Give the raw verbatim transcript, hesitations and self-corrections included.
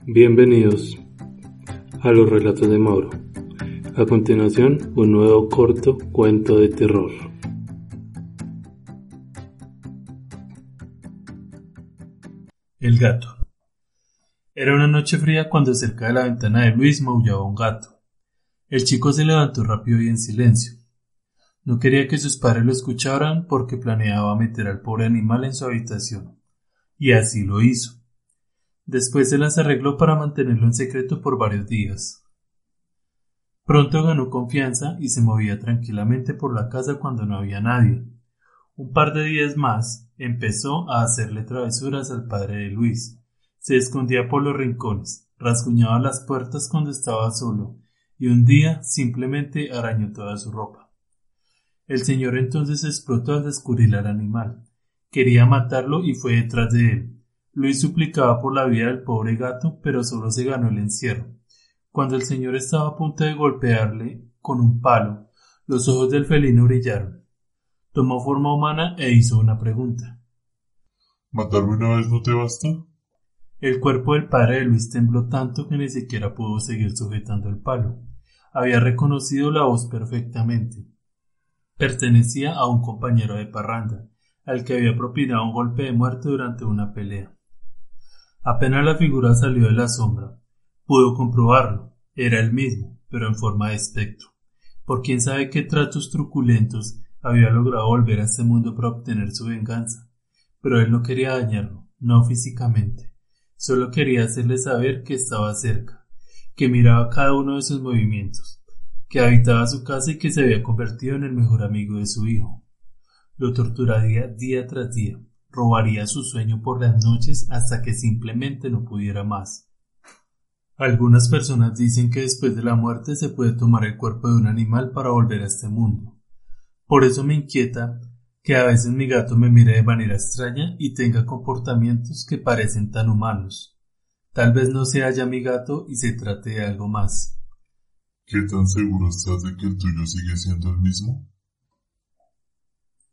Bienvenidos a los relatos de Mauro. A continuación, un nuevo corto cuento de terror. El gato. Era una noche fría cuando cerca de la ventana de Luis maullaba un gato. El chico se levantó rápido y en silencio. No quería que sus padres lo escucharan porque planeaba meter al pobre animal en su habitación. Y así lo hizo. Después se las arregló para mantenerlo en secreto por varios días. Pronto ganó confianza y se movía tranquilamente por la casa cuando no había nadie. Un par de días más empezó a hacerle travesuras al padre de Luis. Se escondía por los rincones, rasguñaba las puertas cuando estaba solo y un día simplemente arañó toda su ropa. El señor entonces explotó al descubrir al animal. Quería matarlo y fue detrás de él. Luis suplicaba por la vida del pobre gato, pero solo se ganó el encierro. Cuando el señor estaba a punto de golpearle con un palo, los ojos del felino brillaron. Tomó forma humana e hizo una pregunta. ¿Matarme una vez no te basta? El cuerpo del padre de Luis tembló tanto que ni siquiera pudo seguir sujetando el palo. Había reconocido la voz perfectamente. Pertenecía a un compañero de parranda, al que había propinado un golpe de muerte durante una pelea. Apenas la figura salió de la sombra, pudo comprobarlo. Era el mismo, pero en forma de espectro. Por quién sabe qué tratos truculentos había logrado volver a este mundo para obtener su venganza. Pero él no quería dañarlo, no físicamente. Solo quería hacerle saber que estaba cerca, que miraba cada uno de sus movimientos, que habitaba su casa y que se había convertido en el mejor amigo de su hijo. Lo torturaría día tras día, robaría su sueño por las noches hasta que simplemente no pudiera más. Algunas personas dicen que después de la muerte se puede tomar el cuerpo de un animal para volver a este mundo. Por eso me inquieta que a veces mi gato me mire de manera extraña y tenga comportamientos que parecen tan humanos. Tal vez no sea ya mi gato y se trate de algo más. ¿Qué tan seguro estás de que el tuyo sigue siendo el mismo?